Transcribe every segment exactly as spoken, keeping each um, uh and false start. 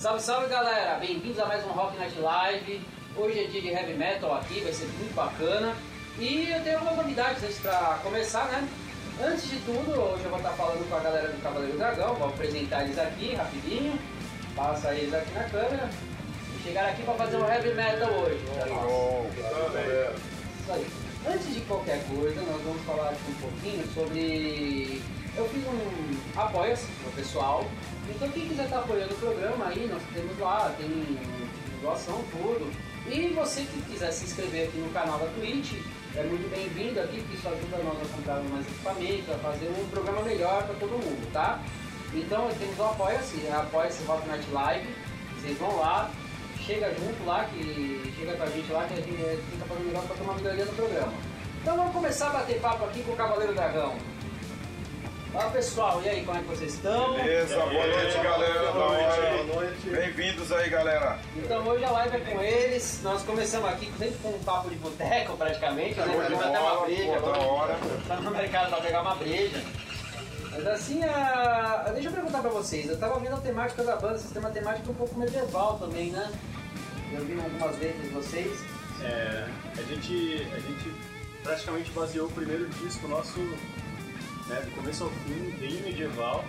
Salve, salve galera, bem-vindos a mais um Rock Night Live. Hoje é dia de heavy metal aqui, vai ser muito bacana. E eu tenho algumas novidades antes pra começar, né? Antes de tudo, hoje eu vou estar falando com a galera do Cavaleiro do Dragão. Vou apresentar eles aqui rapidinho. Passa eles aqui na câmera. E chegaram aqui pra fazer um heavy metal hoje. Oh, galera. Isso aí. Antes de qualquer coisa, nós vamos falar aqui um pouquinho sobre... Eu fiz um apoia-se pro pessoal. Então quem quiser estar apoiando o programa aí, nós temos lá, tem doação, tudo. E você que quiser se inscrever aqui no canal da Twitch, é muito bem-vindo aqui, porque isso ajuda nós a comprar mais equipamento, a fazer um programa melhor para todo mundo, tá? Então temos o Apoia-se, Apoia-se Rock Night Live, vocês vão lá, chega junto lá, que chega com a gente lá, que a gente fica fazendo negócio para tomar melhoria no programa. Então vamos começar a bater papo aqui com o Cavaleiro Dragão. Olá pessoal, e aí, como é que vocês estão? Beleza, boa noite galera, boa noite, boa noite. Bem-vindos aí galera. Então hoje a live é com eles, nós começamos aqui sempre com um papo de boteco praticamente, né? Vamos até uma breja, vamos tá no mercado pra pegar uma breja. Mas assim, a... deixa eu perguntar pra vocês, eu tava vendo a temática da banda, vocês têm uma temática um pouco medieval também, né? Eu vi algumas vezes vocês. É, a gente, a gente praticamente baseou o primeiro disco nosso, né, do começo ao fim, bem medieval,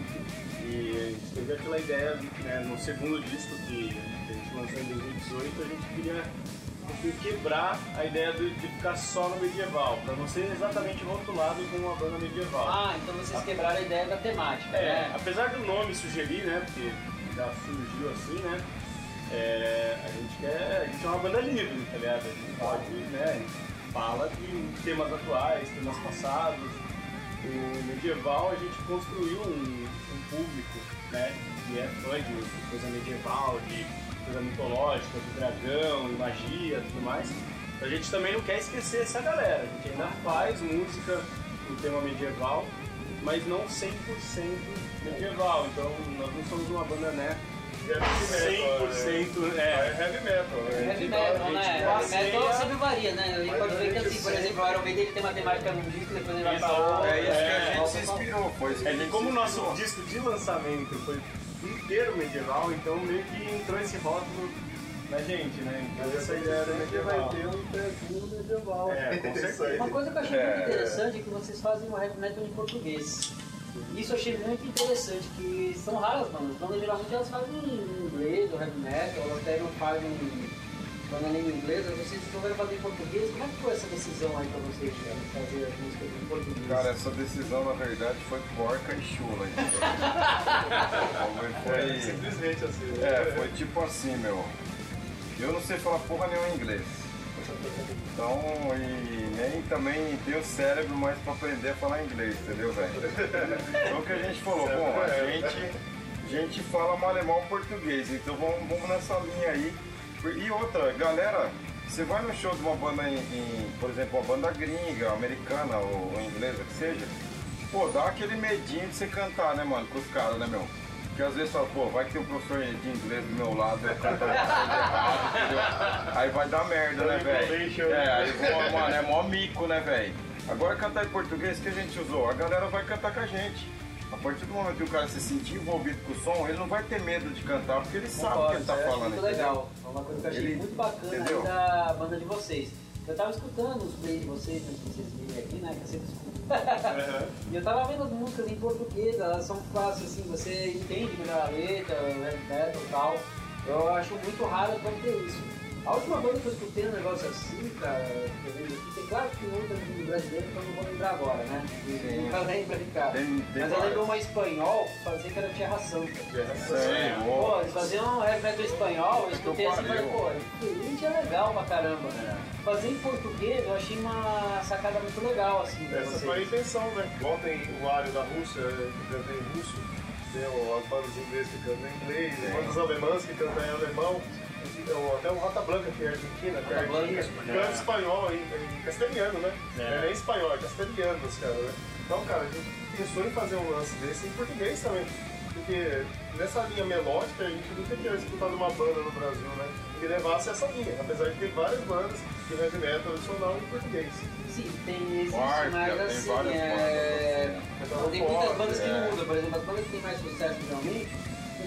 e a gente teve aquela ideia, né, no segundo disco que a gente lançou em dois mil e dezoito, a gente queria quebrar a ideia de, de ficar só no medieval, para não ser exatamente rotulado como uma banda medieval. Ah, então vocês quebraram a ideia da temática, é, né? Apesar do nome sugerir, né, porque já surgiu assim, né, é, a gente quer, a gente é uma banda livre, tá ligado? A gente pode, né, a gente fala de temas atuais, temas passados. O medieval a gente construiu um, um público, né, que é fã de coisa medieval, de coisa mitológica, de dragão, de magia e tudo mais. A gente também não quer esquecer essa galera, a gente ainda faz música no tema medieval, mas não cem por cento medieval, então nós não somos uma banda, né, cem por cento é, é heavy metal. É heavy metal, né? Heavy metal sempre varia, né? A gente pode ver que assim, por exemplo, o Iron Maiden tem uma temática num disco, depois ele vai pra outro. É isso que a gente se inspirou, foi isso. É que como o nosso disco de lançamento foi inteiro medieval, então meio que entrou esse rótulo na gente, né? Então essa ideia era medieval. Vai ter um pezinho medieval. É, com certeza. Uma coisa que eu achei muito interessante é que vocês fazem um heavy metal em português. Isso eu achei muito interessante, que são raras bandas. As bandas geralmente elas fazem em inglês, ou heavy metal, elas até não fazem banda em língua inglesa. Vocês resolveram fazer em português. Como é que foi essa decisão aí pra vocês, né, fazer as músicas em português? Cara, essa decisão na verdade foi porca e chula. foi, É, simplesmente assim. Né? É, foi tipo assim, meu. Eu não sei falar porra nenhuma em inglês. Então, e nem também tenho cérebro mais pra aprender a falar inglês, entendeu, velho? Então o que a gente falou, bom, a gente, a gente fala um alemão português, então vamos, vamos nessa linha aí. E outra, galera, você vai no show de uma banda, em, em, por exemplo, uma banda gringa, americana ou, ou inglesa, que seja, pô, dá aquele medinho de você cantar, né, mano, com os caras, né, meu? Porque às vezes fala, pô, vai ter um professor de inglês do meu lado, eu canto errado, entendeu? Aí vai dar merda, né, velho? É, aí vou, mano, é mó mico, né, velho? Agora cantar em português que a gente usou, a galera vai cantar com a gente. A partir do momento que o cara se sentir envolvido com o som, ele não vai ter medo de cantar, porque ele sabe o que ele tá é falando. Muito legal, é uma coisa que eu achei ele, muito bacana aí da banda de vocês. Eu tava escutando os plays de vocês, antes de vocês virem aqui, né, que eu sempre escuto. Uhum. E eu tava vendo as músicas em português, elas são fáceis assim, você entende melhor a letra, o heavy metal e tal. Eu acho muito raro quando ter isso. A última banda que eu escutei um negócio assim, cara, que eu vejo aqui, tem claro que tem outra no brasileiro que eu não vou lembrar agora, né? Nunca lembro de cara. Tem, tem Mas eu lembro uma espanhol que fazia que era Terra Santa. Terra Santa. Pô, eles faziam um heavy metal espanhol, eu escutei assim e falei, pô, diferente é legal pra caramba. É. Fazer em português eu achei uma sacada muito legal, assim. Essa foi a intenção, né? Igual tem o Ario da Rússia, que canta em russo, tem as bandas inglesas que cantam em inglês, as bandas alemãs que cantam em alemão, até o Rata Blanca, que é argentina, que é argentina, canta espanhol em, em castelhano, né? É. Não é nem espanhol, é castelhano os caras, né? Então, cara, a gente pensou em fazer um lance desse em português também. Porque nessa linha melódica a gente nunca tinha escutado uma banda no Brasil, né? Que levasse essa linha, apesar de ter várias bandas de heavy metal tradicional em português. Sim, tem existe, Marca, mas tem assim, várias é... bandas, tem muitas bandas que é. não mudam, por exemplo, as bandas que têm mais sucesso geralmente,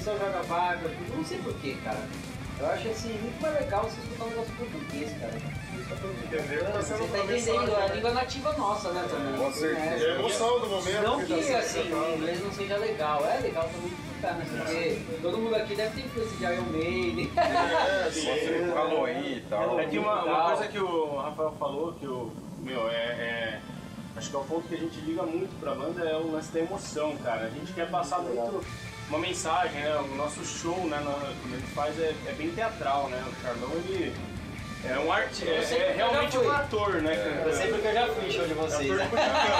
pessoal joga vaga, não sei porquê, cara. Eu acho assim, muito mais legal você escutar um negócio português, cara. Entendeu? Tá Você sendo tá uma entendendo mensagem, a né? língua nativa nossa, né, também. Com certeza. É a emoção do momento. Não tá que sendo assim, tratado. o inglês não seja legal, é legal também escutar, né? Porque todo mundo aqui deve ter influência de Iron Maiden. É, Sim, Halloween e tal. É que uma, uma coisa que o Rafael falou, que o meu, é, é- acho que é o ponto que a gente liga muito pra banda, é o lance da emoção, cara. A gente quer passar muito uma mensagem, né? O nosso show, né, na- quando a gente faz, é, é bem teatral, né? O Carlão, ele é um artista, Eu sei é, é porque eu já realmente fui. um ator, né? Eu sei porque eu já fui show de vocês. Né?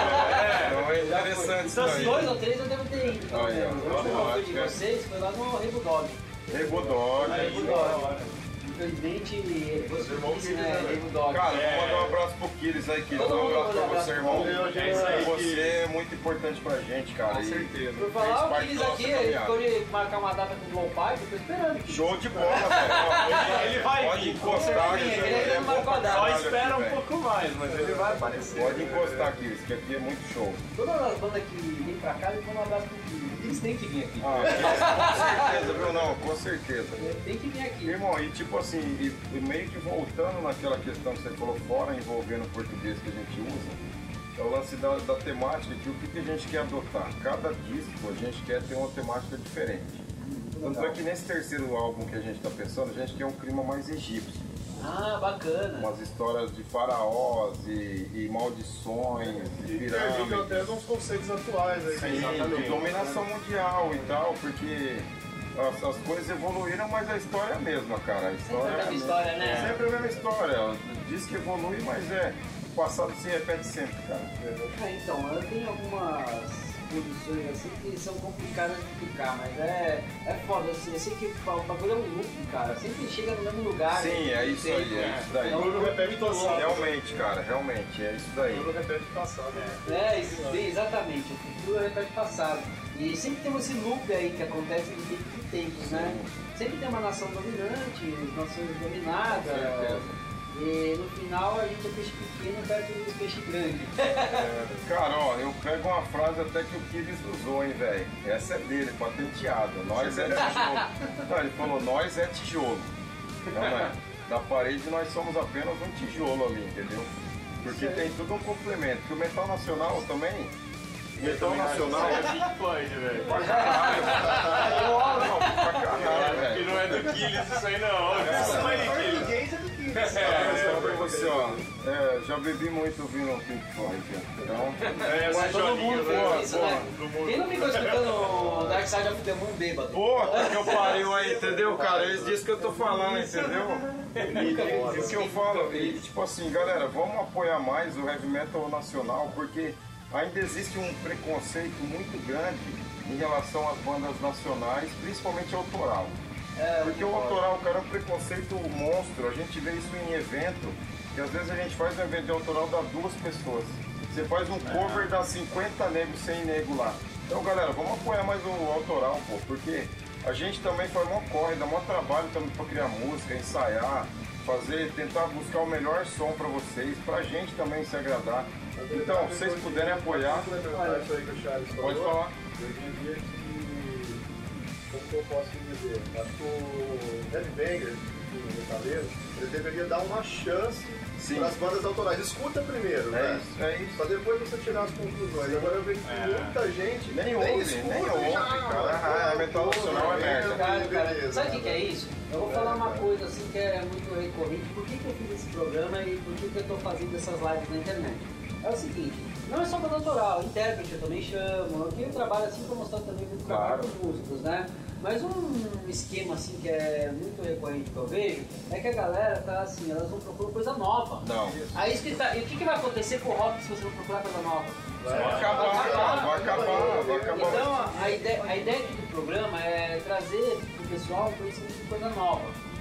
Então é interessante isso Então, aí. dois ou três eu devo ter ido. pelo Olha, menos. O eu último que eu fui acho de que é. vocês foi lá no Rebo Dog. Rebo Dog. Rebo Dog. Infelizmente, você disse, né? Rebo Dog. Cara, vou mandar um abraço pro Kiris aí, Kiris. Todo Um mundo abraço pra manda um você, abraço irmão. pra ele. É isso aí, Você é muito importante pra gente, cara. Com e certeza. Por fez falar, o parte Kiris da nossa aqui, ele caminhada. ficou de marcar uma data com o Glow Pipe, eu tô esperando. Kiris. Show de bola, velho. Ele vai Pode vir. encostar, Ele que ainda é não bom marcou a pra data. Só caralho espera aqui, um velho. pouco mais, mas ele vai aparecer. Pode encostar, Kiris, que aqui é muito show. Todas as bandas que vêm pra cá, eles mandam um abraço pro Kiris. Eles têm que vir aqui. Ah, com certeza, viu? Não, com certeza. Tem que vir aqui. Irmão, e tipo assim, e, e meio que voltando naquela questão que você falou fora, envolvendo o português que a gente usa, é o lance da, da temática, que o que, que a gente quer adotar? Cada disco a gente quer ter uma temática diferente. Tanto é que nesse terceiro álbum que a gente está pensando, a gente quer um clima mais egípcio. Ah, bacana. Umas histórias de faraós e, e maldições, e E permite até pirâmides. uns conceitos atuais aí. Sim, de dominação mundial e tal, porque as, as coisas evoluíram, mas a história é a mesma, cara. A história Sempre a é a mesma mesma. história, né? Sempre a mesma história. Diz que evolui, mas é. O passado se repete sempre, cara. É, então, eu tenho algumas produções assim que são complicadas de explicar, mas é, é foda, assim, eu sei que o bagulho é um loop, cara, sempre chega no mesmo lugar. Sim, é isso aí, é isso daí. É um Tudo repete o passado. Realmente, cara, realmente, é isso daí. Tudo repete o passado. né? É, isso, sim, exatamente, o futuro repete o passado. E sempre tem esse loop aí que acontece de tempos em tempos, né? Sempre tem uma nação dominante, nações dominadas. certeza. E no final a gente é peixe pequeno perto dos peixes grandes. Cara, ó, eu pego uma frase até que o Kiris usou, hein, velho. Essa é dele, patenteada. Nós é tijolo. Não, ele falou, nós é tijolo. Então, né, da parede nós somos apenas um tijolo ali, entendeu? Porque tem tudo um complemento. Que o metal nacional também. Metal nacional É Pink Floyd, velho. pra caralho. Não, pra caralho, Que velho. não é do Killis isso aí não. Isso não é de Killis. Português é do que? É, eu pra você, ó. É, já bebi muito ouvindo o Pink Floyd, então. É, Mas essa todo joguinha, mundo né? fez isso, né? Quem não ficou escutando Dark Side of the Moon bêbado? Puta que eu pariu aí, entendeu, cara? Eles dizem que eu tô falando, entendeu? E o que eu falo, e, tipo assim, galera, vamos apoiar mais o heavy metal nacional, porque ainda existe um preconceito muito grande em relação às bandas nacionais, principalmente autoral. Porque o autoral, cara, é um preconceito monstro. A gente vê isso em evento, que às vezes a gente faz um evento de autoral dá duas pessoas. Você faz um cover, dá cinquenta negros, cem nego lá. Então, galera, vamos apoiar mais o autoral, pô, porque a gente também faz mó corre, dá mó trabalho também pra criar música, ensaiar, fazer, tentar buscar o melhor som pra vocês, pra gente também se agradar. Então, se vocês puderem apoiar, Complementar isso aí que o Charles falou. pode falar. Eu diria que, como que eu posso dizer, acho que o Heavy Banger, o metaleiro, ele deveria dar uma chance Sim. para as bandas autorais. Escuta primeiro, É né? isso, é isso. Pra depois você tirar as conclusões. Agora eu vejo que muita gente Nem ouve, escuta nem e ouve, já, cara. ah, Ah, metal nacional é merda. Cara, cara, beleza, sabe o que, que é né? isso? Eu vou falar uma coisa assim que é muito recorrente. Por que, que eu fiz esse programa e por que, que eu estou fazendo essas lives na internet? É o seguinte, não é só banda autoral, intérprete eu também chamo. Aqui eu trabalho assim para mostrar também muito trabalho Claro. com músicos, né? Mas um esquema assim que é muito recorrente que eu vejo é que a galera tá assim, elas vão procurar coisa nova. Não. Aí isso que tá, e o que, que vai acontecer com o rock se você não procurar coisa nova? Vai acabar, cara, vai acabar, vai acabar. Então a, a ideia, a ideia aqui do programa é trazer pro pessoal conhecimento de coisa nova.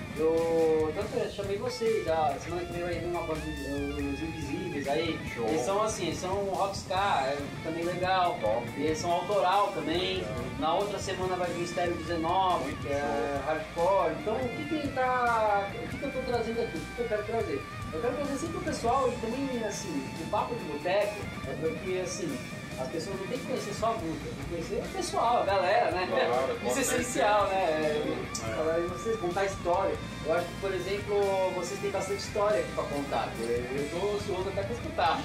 Eu tanto eu chamei vocês, a semana que vem vai vir uma banda, os Invisíveis aí. Show. Eles são assim, eles são rockstar, é também legal. Top. Eles são autoral também. Na outra semana vai vir o Estéreo dezenove, que é hardcore. Então o que que tá. O que que eu tô trazendo aqui? O que que eu quero trazer? Eu quero trazer sempre o pessoal e também assim, o papo de boteco é porque assim. As pessoas não têm que conhecer só a música, tem que conhecer o pessoal, a galera, né? Claro, Isso é essencial, né? É, vocês contar história. Eu acho que, por exemplo, vocês têm bastante história aqui pra contar. Eu estou ansioso até pra escutar.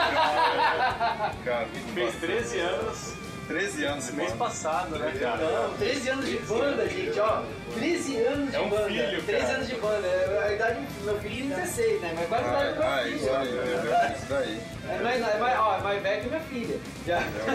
Cara, Fez treze anos. treze anos de Mês banda. passado, né, cara? Não, treze anos de banda, gente, ó. treze anos de É um banda. filho, treze cara. anos de banda. É a idade do meu filho tem dezesseis, né? Mas quase a idade do meu Ah, filho. isso aí, é isso daí. É mais, é mais, ó, é mais velho que minha filha. Já.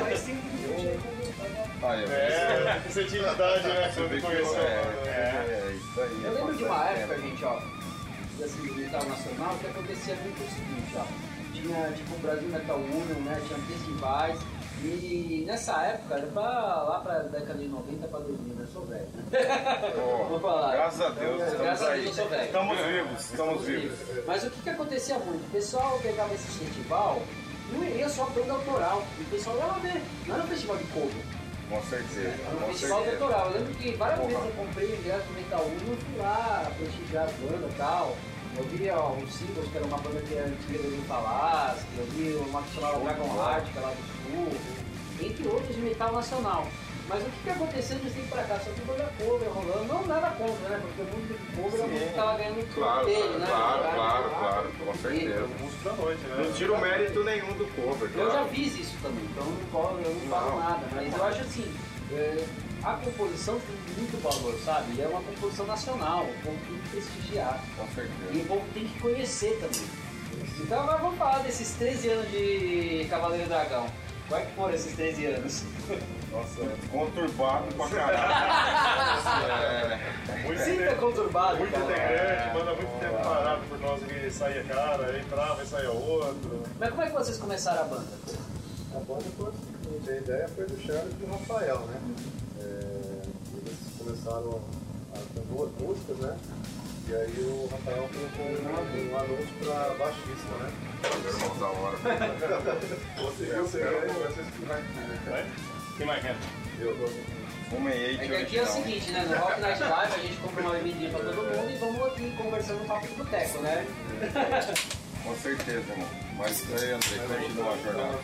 Ah, eu É, você tinha idade, né? Você Quando vê que conheceu. é, É. é, é isso aí. Eu lembro de uma bastante época, tempo. gente, ó, assim, do metal nacional, que acontecia muito o seguinte, ó. Tinha, tipo, o Brasil Metal Union, né? Tinha festivais. E nessa época, era pra, lá pra década de noventa pra dois mil, né? Eu sou velho, né? Pô, Vou falar. graças a Deus, estamos Graças a aí. Deus eu sou velho. Estamos vivos, estamos vivos. Mas o que que acontecia muito? O pessoal pegava esse festival, não ia só banda autoral, o pessoal ia lá ver, não era um festival de cover, Com certeza, era um com festival certeza. autoral. Eu lembro que várias Porra. vezes eu comprei o ingresso do Metal Union e fui lá prestigiar as bandas e tal. Eu vi ó, os Singles, que era uma banda que era antiga do Palácio, eu vi uma que chamava Dragon Heart, que é lá do Sul, entre outros de metal nacional. Mas o que que aconteceu de tempo pra cá? Só que banda cover rolando, não nada contra, né? Porque o mundo de cover é o mundo que tava ganhando Claro, dele, né? claro, Cara, claro, lá, claro, com certeza. Músico da noite, né? Não tira o mérito nenhum do cover, Eu já claro. fiz isso também, então eu não falo, eu não falo Não. nada, mas eu acho assim, é, a composição tem muito valor, sabe? E é uma composição nacional, o povo tem que prestigiar. Com E certeza. o povo tem que conhecer também. Então agora vamos falar desses treze anos de Cavaleiro Dragão. Como é que foram esses treze anos? Nossa, conturbado pra caralho. É, Muito Sempre é tempo, conturbado, muito cara. integrante, manda muito tempo parado por nós que saía cara, entrava e saía outro. Mas como é que vocês começaram a banda? A banda foi assim, a ideia foi do Charles e do Rafael, né? É, eles começaram a, com duas músicas, né? E aí o Rafael colocou um, um anúncio para baixista, né? irmão da hora. Você, você, vocês que vai Vai? Quem mais quer? Eu, Uma e É que aqui é o seguinte, né? No Rock Night Live a gente compra uma bebidinha pra todo mundo e vamos aqui conversando no papo do boteco, né? Com certeza, irmão. Mas isso aí, André, continua a jornada.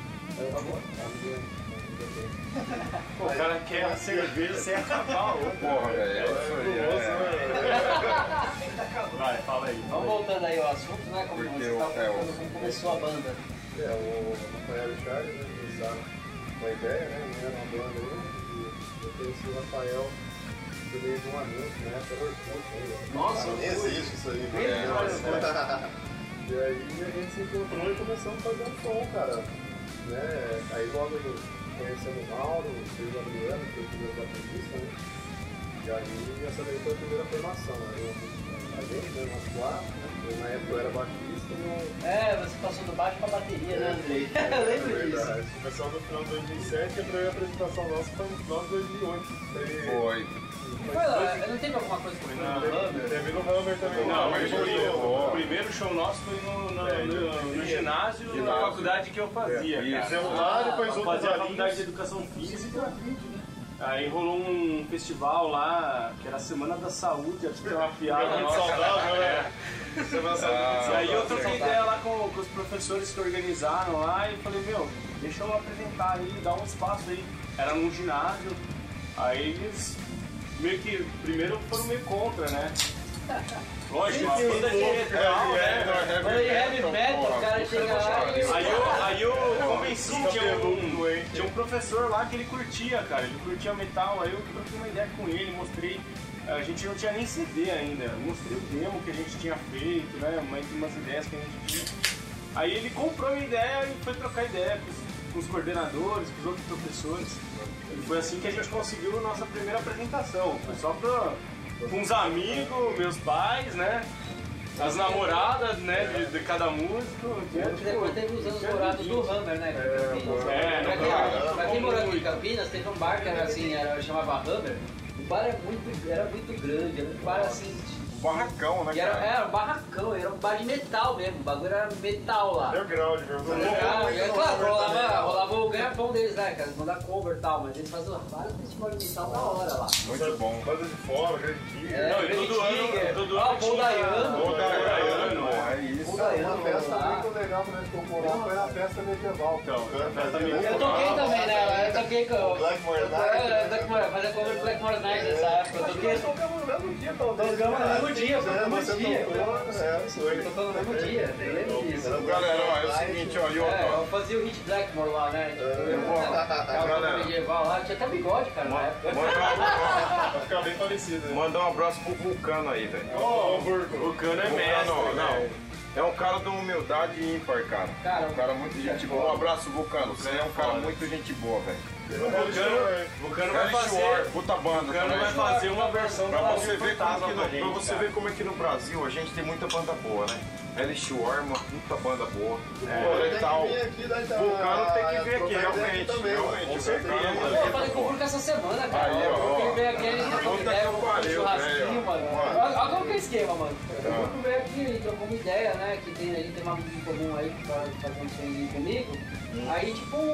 Pô, o cara quer a cerveja sem acabar, ô. Porra, velho, é isso aí. É. Vai, fala aí. Vamos voltando aí ao assunto, né? Como Porque você o- estava é, o- falando, como começou a banda. É, o Rafael e o Charles, né, começaram uma ideia, né, não era uma banda ainda, e eu conheci o Rafael por meio de um anúncio, né, pelo Orkut, né. Nossa, Nem existe isso aí, Bem, né? olha, E aí a gente se encontrou e começamos a fazer um som, cara, né, aí logo conhecemos o Mauro, fez o Adriano, que foi o primeiro baterista, né, e aí essa daí foi a primeira formação, né, eu, a gente, né, nós quatro, né, eu, na época eu era baterista e eu... É, você passou do baixo pra bateria, né, Andrei? Eu lembro disso. verdade. Começamos no final de dois mil e sete e a primeira apresentação nossa foi no final de dois mil e oito. Foi. Foi lá, não teve alguma coisa que foi no Hammer? Teve no Hammer também. Não, mas mas foi foi, show. o primeiro show nosso foi no, no, no- no ginásio da Ginásio. faculdade que eu fazia, Isso. cara. Fizemos lá, depois Eu outros fazia a faculdade de alinhos. educação física. Aí rolou um festival lá, que era a Semana da Saúde, acho que era uma piada Muito nossa. saudável, né? Semana da Saúde. E aí eu troquei ideia lá com, com os professores que organizaram lá e falei, meu, deixa eu apresentar aí, dá um espaço aí. Era num ginásio, aí eles meio que, primeiro foram meio contra, né? Lógico, uma banda de metal, né? Foi heavy metal, o cara chega lá e... Aí eu, aí eu convenci, tinha um, tinha um professor lá que ele curtia, cara, ele curtia metal, aí eu troquei uma ideia com ele, mostrei, a gente não tinha nem C D ainda, eu mostrei o demo que a gente tinha feito, né, uma, umas ideias que a gente tinha. Aí ele comprou a minha ideia e foi trocar ideia com os, com os coordenadores, com os outros professores. E foi assim que a gente conseguiu a nossa primeira apresentação, foi só pra, com os amigos, meus pais, né, as namoradas, né, de, de cada músico. Depois teve os anos dourados do Hammer, né? É, pra no quem, Hammer. pra quem morou aqui em Campinas, teve um bar que era assim, era, chamava Hammer. O bar era muito, era muito grande, era um bar assim, barracão, né, E era, cara? era um barracão, era um bar de metal mesmo, o bagulho era metal lá. Underground, viu? Ah, é claro, rolava, rolava o ganha-pão deles, né, cara? Mandar cover e tal, mas eles faziam vários festivais de metal da hora lá. Muito bom. Banda de fora, grande Tiger. É, Não, e Grande todo ano- Tiger. todo Ah, ano o Paul tinha- Dayano. Pô, Dayano, porra, é isso. Pô, Dayano, Uma festa lá. muito legal que nós tocou lá foi na festa medieval. Então, Foi a festa medieval. Eu toquei também nela, eu toquei com... Blackmore Night. É, Blackmore, fazia cover do Blackmore Night nessa época, eu Acho que toquei... nós tocamos no mesmo dia, talvez. Tocamos no mesmo dia, foi no É, mesmo você dia. tocou, é, foi. Tocando no mesmo dia, eu lembro disso. Galera, ó, é o seguinte, ó, e outra, É, ó. eu fazia o Hit Blackmore lá, né? Eu vou- Tava Galera. no medieval lá, tinha até bigode, cara, na época. Mandar Vai ficar bem parecido, um, né? mandar um abraço pro Vulcano aí, velho. Ó, o Burco. O Cano é Vulcano, mestre, não. velho. É um cara de humildade ímpar, cara. Cara, um cara muito gente boa. Um abraço, Vulcano. Você é um cara foda. muito gente boa, velho. O Cano, o Cano vai Kelly Shore, fazer... puta banda O Cano também. vai fazer uma versão Pra do você, ver como Fantasma que pra no, gente, pra você cara. ver como é que no Brasil a gente tem muita banda boa, né? Kelly Shore, uma puta banda boa. É, Pô, Tem legal. que vir aqui, daí tá- Vulcano tem que vir aqui, trocar ideia realmente. também, realmente, com o certeza. Vulcano é Pô, eu muito falei com o bom. Burco essa semana, cara. Aí, ó, O Burco ele ó. veio aqui, ele trocou Puta ideia, que um pariu, churrasquinho, velho. mano. Mano. Olha olha como que é o esquema, mano. O Burco veio aqui, ele trocou uma ideia, né? Que tem, a gente tem uma amiga em comum aí que tá fazendo um sonho comigo. Aí,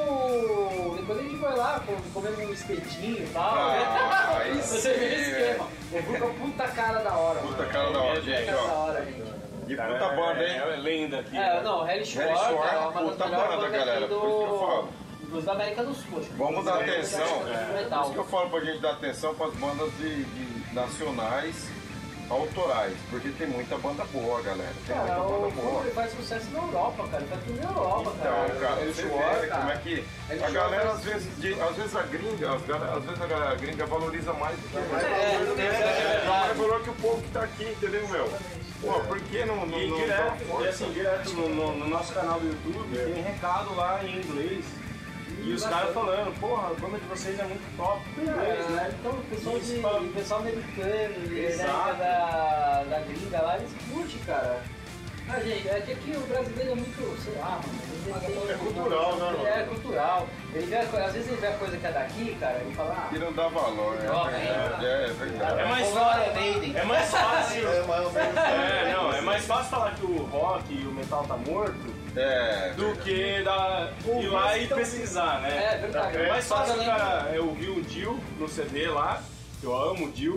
tipo, depois a gente foi lá, comemos um espetinho e tal. Ah, aí Você vê o sim, esquema. O Burco é um puta cara da hora, mano. Puta cara da hora, Puta gente, cara da ó. hora, gente. E Cara, puta banda, é, hein? é lenda aqui. É, não, Helly Shore, Helly Shore, cara, é uma das puta melhores banda, bandas galera, aqui por isso que eu falo. do, dos da América do Sul. acho que Vamos dar dos atenção. América do É. Sul, Por metal. isso que eu falo pra gente dar atenção pras bandas de, de nacionais, autorais, porque tem muita banda boa, galera. Tem Cara, muita o banda boa. Burco faz sucesso na Europa, cara. Ele faz tudo na Europa, cara. Então, cara, Helly você Shore, vê cara. como é que Helly a Shore galera, faz- às vezes, de- às vezes a gringa, as galera- às vezes a galera gringa valoriza mais do que É, é, tem é, essa é verdade. valor que o povo que tá aqui, entendeu, meu? Pô, por que não, não, E não dá direto, e força? assim, direto no, no- no nosso canal do YouTube, tem recado lá em inglês. E os caras falando, porra, a banda de vocês é muito top em inglês, né? Então, o pessoal, Isso, de, fala- o pessoal americano, e Exato. da, da gringa lá, eles curtem, cara. Ah, gente, é que aqui o brasileiro é muito, sei lá, mano. ele tem- É cultural, né, mano? É cultural. Ele vê, a co- às vezes ele vê a coisa que é daqui, cara, ele fala, E não dá valor, é Ó, verdade, é, é verdade. É mais Pô, Iron fácil. Maiden. É mais fácil. É, mais ou menos. É, não, é mais fácil falar que o rock e o metal tá morto É, do que da, ir lá e pesquisar, né? É verdade. É mais fácil Eu o lembro- cara eu ouvir o Dio no C D lá, que eu amo o Dio,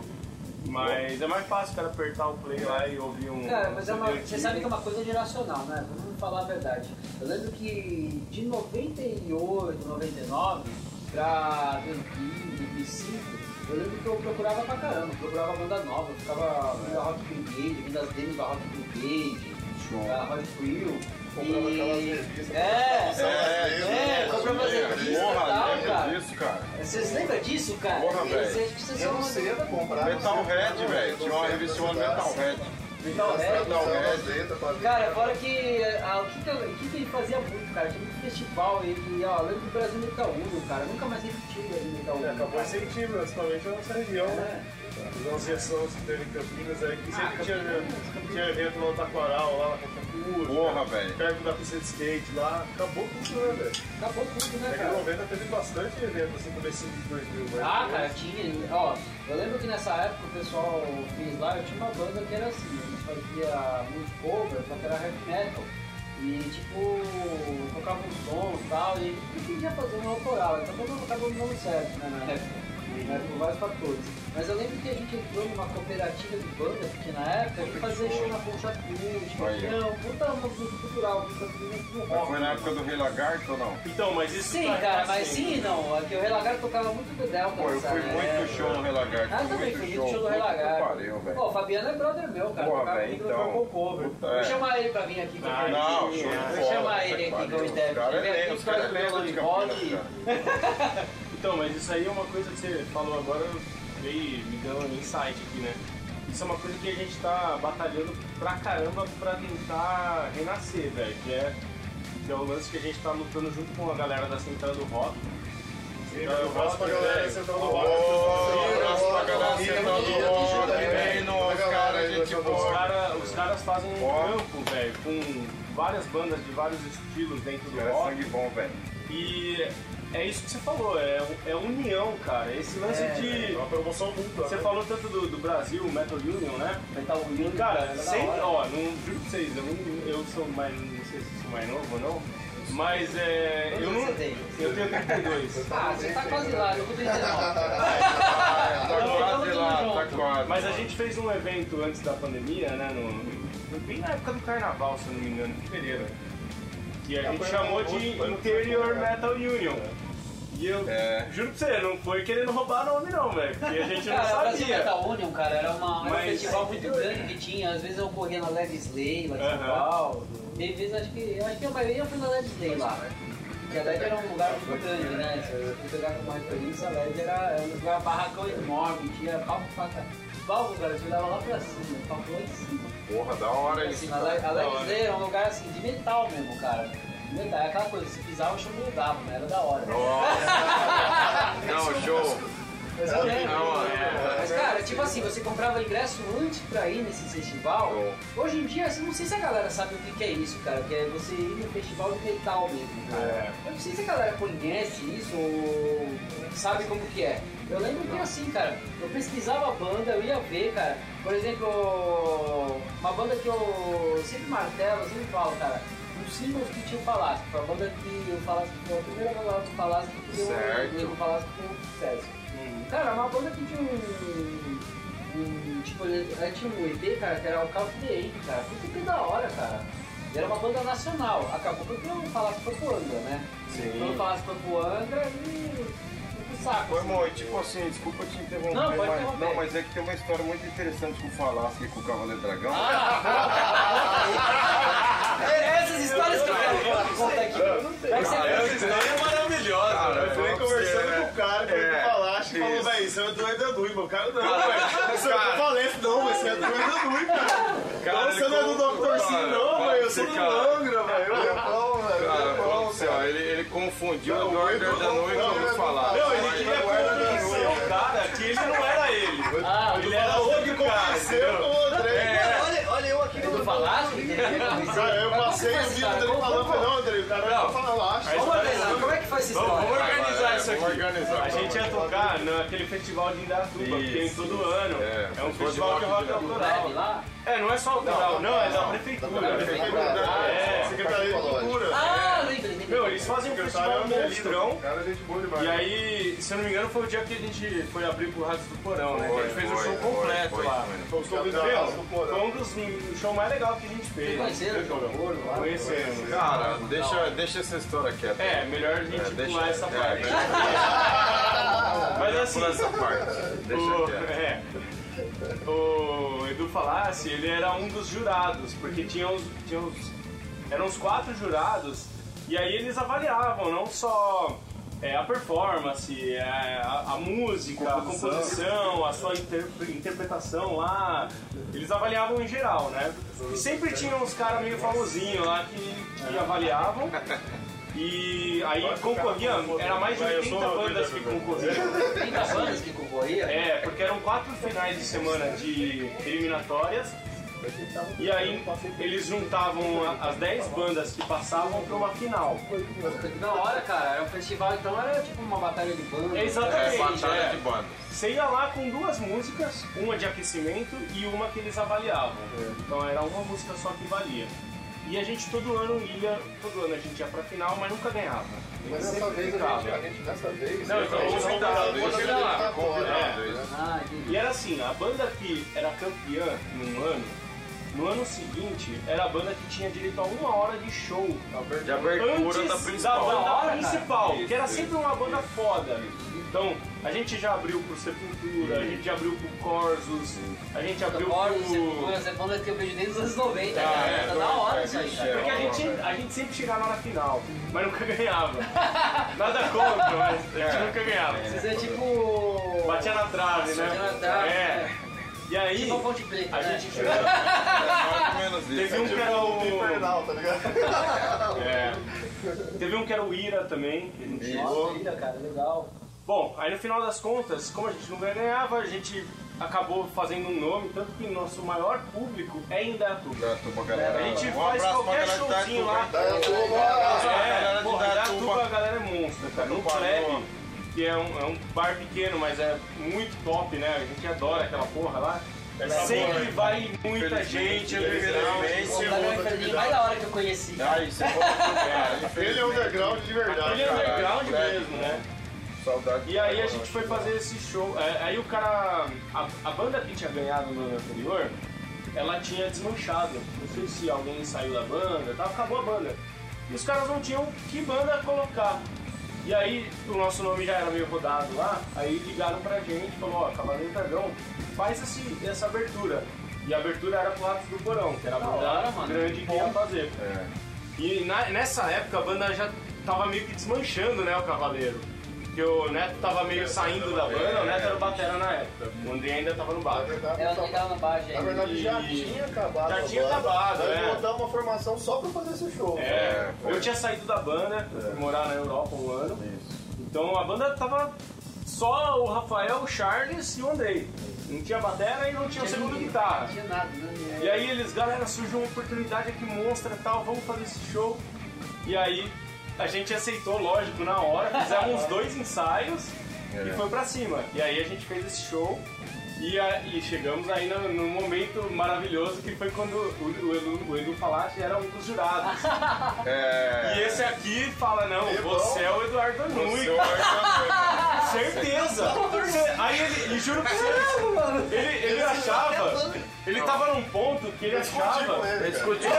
mas é mais fácil o cara apertar o play lá e ouvir um. Cara, mas é uma, C D você antigo. sabe que é uma coisa geracional, né? Vamos falar a verdade. Eu lembro que de noventa e oito, noventa e nove pra dois mil, dois mil e cinco, eu lembro que eu procurava pra caramba, procurava banda nova, eu ficava vendo a Rock Brigade, vendo as demos da Rock Brigade, da Rock Crew. Comprava E- aquelas revistas. É, É, é, comprava as revistas e porra, tal, lembra cara. disso, cara? Vocês lembram disso, cara? Porra, E velho. vocês- vocês Eu são- não sei comprar. Metalhead, velho, tinha uma revista chamada Metalhead. Metalhead. Metalhead. Cara, fora que ah, o, que, que, eu- o que, que ele fazia muito, cara? Tinha muito festival e, e ó, eu lembro do Brasil Metal Uno, cara. Nunca mais repetiu o Brasil Metal Uno. É, acabou cara. incentivo, principalmente a nossa região, né? É. Fazer umas sessões que teve em Campinas aí, que sempre Ah, tinha, Campinas. tinha evento no Taquaral, lá na Coca-Cola, Porra, velho. perto da pista de skate lá. Acabou tudo, né, velho? Acabou tudo, né, É que em cara? noventa teve bastante evento, assim, comecinho de dois mil. mas Ah, depois- cara, tinha. Ó, eu lembro que nessa época o pessoal fez lá, eu tinha uma banda que era assim, a gente fazia muito cover, só que era heavy metal. E tipo, tocava uns sons e tal, e a gente queria fazer um autoral, então não acabou não dando certo, né, na época, né, por vários fatores. Mas eu lembro que a gente entrou numa cooperativa de banda, porque na época a gente fazia show na Concha Acústica, Aí. tinha um puta movimento cultural, puta movimento do Mas rock. foi na época do Rei Lagarto ou não? Então, mas isso Sim, tá cara, mas recente. sim e não, é que o Relagarto tocava muito do Delta. Pô, eu nessa fui época. muito show no Rei Lagarto. Ah, fui também muito fui muito show do Puta que Relagarto. pariu, velho. Pô, o Fabiano é brother meu, cara. Porra, tocava velho, comigo no então. Vocal Cover. Puta, Vou é. chamar ele pra vir aqui. Ah, qualquer Não, dia. show de Vou bola, chamar puta ele que aqui, pariu. como Os deve. caras Ele vem é aqui, os caras é toca lenda violão de de rock. Campinas, cara. Então, mas isso aí é uma coisa que você falou agora, veio me dando um insight aqui, né? Isso é uma coisa que a gente tá batalhando pra caramba pra tentar renascer, velho. Que é, que é o lance que a gente tá lutando junto com a galera da Central do Rock. Sim, velho, um abraço pra galera da Central do Ô, Rock. um abraço pra galera Central do Rock, também. menino, os caras, gente Os boa. caras os caras fazem um Ó. trampo, velho, com várias bandas de vários estilos dentro do Cara, é rock. sangue bom, velho. E é isso que você falou, é, é união, cara. Esse lance É, de. É uma promoção mútua. Você né? falou tanto do, do Brasil, Metal Union, né? Metal Union, Cara, era da sempre, hora. ó, não juro pra vocês, eu, não, eu sou mais, não sei se sou mais novo ou não, mas é. Quantos Eu não. você tem? Eu tenho trinta e dois. Ah, você tá quase lá, eu vou trinta e nove. Tá Tamo- quase tamo tudo lá, junto. tá quase. Mas a gente fez um evento antes da pandemia, né? No, no- bem na época do carnaval, se eu não me engano, em fevereiro. Que a gente foi chamou no- de foi no- Interior Metal Union. E eu É. juro pra você, não foi querendo roubar nome não, velho. Porque a gente não Cara, o Brasil sabia. Metal Union, cara, era, uma, era um Mas- festival muito grande que tinha. Às vezes eu corria na Led Slay, lá em São Aham. Paulo. Tem vezes, acho que, acho que a maioria foi na Led Slay lá. Porque a Led era um lugar muito grande, né? Se eu fui pegar como referência, a Led era, era um lugar barracão enorme, tinha palco pra cá. Palco, cara, você olhava lá pra cima, palco lá em cima. Porra, da hora Assim, isso. a Led, a Da Led hora. Slay era um lugar assim, de metal mesmo, cara. De metal, é aquela coisa, se pisava o show não dava, né? Era da hora. Nossa. Não, show. Mas, Da é, hora. mas cara, tipo assim, você comprava ingresso antes pra ir nesse festival. Hoje em dia, assim, não sei se a galera sabe o que que é isso, cara, que é você ir no festival de metal mesmo, cara. É. Eu não sei se a galera conhece isso ou sabe como que é. Eu lembro que assim, cara, eu pesquisava a banda, eu ia ver, cara. Por exemplo, uma banda que eu sempre martelo, eu sempre falo, cara, os símbolos que tinha o Palácio, foi a banda que o Palácio foi a primeira banda lá do Palácio que deu Certo. o Palácio com sucesso. Cara, uma banda que tinha um. um tipo, ela tinha um E P, cara, que era o Call of the Ape, cara. Puta que da hora, cara. E era uma banda nacional. Acabou porque eu falasse pra Angra, né? Sim. Quando eu falasse pra Angra e. o saco. Foi, assim. amor, tipo assim, desculpa te interromper, Não, pode mas, interromper. não, mas é que tem uma história muito interessante com o Falasque e com o Cavaleiro Dragão. Ah, é essas histórias que eu quero contar aqui. Vai ser Essa história é maravilhosa, Cara, velho. Eu fui Fala pra conversando você, com o cara que é, foi falaste e falou, isso. velho, você é do Edanui, meu cara não, velho. Você é do Palestra, não, mas você é do Edanui, cara. Cara, Não, você não é do ele doutor confundiu, Sim, não, cara. velho, eu sou do Cara. Angra, velho. Eu é bom, velho. Cara, eu é fala bom, pra você, ó, cara. ele, ele confundiu Não, o Guarda eu- da Noite não, com eu- o Falasque. Não, ele Mas queria não era convencer não. o cara que ele não era ele. Ah, Ele era Outro outro cara, convenceu com entendeu? o André. É. Olha, olha eu aqui do Falasque? Cara, eu passei o vídeo dele falando, falei, não, André, o cara Não. vai falar, Aí- Vamos organizar, como é que foi essa Vamos, história? vamos organizar Vai, vai, isso aqui. vamos organizar, A gente ia vamos tocar naquele festival de Indaiatuba, que tem Isso, todo ano. é, É um festival festival de de rock rock autoral. Leve lá? É, não é só autoral, não, é da não. prefeitura. Da prefeitura, É. Secretaria de Cultura. Ah, lembrei, lembrei. Meu, eles fazem um festival monstrão. Cara, gente boa demais. E aí, se eu não me engano, foi o dia que a gente foi abrir pro Rádio do Porão, né? Que a gente Foi, fez o foi, show foi, completo foi, lá. foi. Fomos convidados Meu, do Porão. foi um dos um show mais legal que a gente fez. Conheceram o Porão lá? Conhecemos. Cara, deixa, deixa essa história quieta. É, melhor a gente É, deixa- pular essa é, parte. deixa- Mas assim, Por essa parte. Deixa o, quieto. é, o Edu Falassi, ele era um dos jurados, porque tinha os, tinha os, eram os quatro jurados, e aí eles avaliavam não só é, a performance, é, a, a música, a composição, a sua inter- interpretação lá, eles avaliavam em geral, né? E sempre tinha uns caras meio famosinhos lá que, que avaliavam. E aí concorria, era mais de oitenta bandas que concorriam. trinta bandas que concorriam? É, porque eram quatro finais de semana de eliminatórias. E aí eles juntavam a- as dez bandas que passavam para uma final. Da hora, cara. Era um festival, então era tipo uma batalha de bandas. É, Exatamente. batalha é. de bandas. Você ia lá com duas músicas, uma de aquecimento e uma que eles avaliavam. Então era uma música só que valia. E a gente todo ano ia, todo ano a gente ia pra final, mas nunca ganhava. Mas dessa Sempre vez a ficava. gente, a gente dessa vez. Não, então, a gente vamos não convidado, tá- vamos deixa chegar ele lá. tá fora, Convidado, né? isso. Ah, entendi. E era assim, a banda que era campeã num ano, no ano seguinte era a banda que tinha direito a uma hora de show. De abertura Antes da principal. banda Da hora, principal, cara. que era Isso, sempre uma banda foda. Então, a gente já abriu pro Sepultura, a gente já abriu pro Corsos, a gente abriu Fora, pro... essa banda que eu vejo desde os anos noventa, Ah, cara. é, Tá da hora isso aí, cara. Porque a gente, a gente sempre chegava na final, mas nunca ganhava. Nada contra, mas a gente É. nunca ganhava. Vocês é tipo... Batia na trave, né? Batia na trave, É. E aí, Tipo a Ponte Preta, a né? gente É mais ou menos isso. teve um que era o... Infernal, tá ligado? É. Teve um que era o Ira também, que a gente Nossa, filha, cara, legal. Bom, aí no final das contas, como a gente não ganhava, a gente acabou fazendo um nome, tanto que nosso maior público é Indaiatuba. Indaiatuba, galera. A gente Um faz abraço pra qualquer galera de showzinho lá. Indaiatuba. É, galera de porra, Indaiatuba. Indaiatuba a galera é monstro. cara, no Parou. Plebe, que é um, é um bar pequeno, mas é muito top, né? A gente adora aquela porra lá. Sempre vai muita gente, infelizmente. O Daniel Ferdinand mais da hora que eu conheci. Ai, você pode cara. Ele é underground de verdade. Ele é cara. underground Plebe, mesmo, né? Saudade. E aí a gente foi fazer esse show. É, aí o cara. A, a banda que tinha ganhado no ano anterior, ela tinha desmanchado. Não sei se alguém saiu da banda, tá? Acabou a banda. E os caras não tinham que banda colocar. E aí o nosso nome já era meio rodado lá, aí ligaram pra gente e falou, ó, Cavaleiro Dragão, faz esse, essa abertura. E a abertura era pro Atos do Porão, que era a banda hora, mano. grande que ia fazer. É. E na, nessa época a banda já tava meio que desmanchando, né, o Cavaleiro. Porque o Neto tava meio saindo da banda, o Neto era o batera na época. O André ainda tava no Na bar. verdade, Ela só- não tava na baixa na ainda. verdade já E- tinha acabado. Já a tinha banda, acabado, nós é. montamos uma formação só pra fazer esse show. É, foi. eu tinha saído da banda, fui morar na Europa um ano. Isso. Então a banda tava só o Rafael, o Charles e o Andrei. Não tinha batera e não tinha o segundo ninguém, guitarra. Não tinha nada, né? E aí eles, galera, surgiu uma oportunidade aqui monstra e tal, vamos fazer esse show. E aí a gente aceitou, lógico, na hora, fizemos uns dois ensaios e É. foi pra cima. E aí a gente fez esse show e, a- e chegamos aí no, no momento maravilhoso que foi quando o, o Edu, o Edu Falati era um dos jurados. É. E esse aqui fala, não, E você bom. é o Eduardo Anui. Seu Arthur. Certeza! Você- aí ele, e juro pra vocês, ele, ele achava, ele tava num ponto que ele Discutir achava. com ele, cara. Discutiu.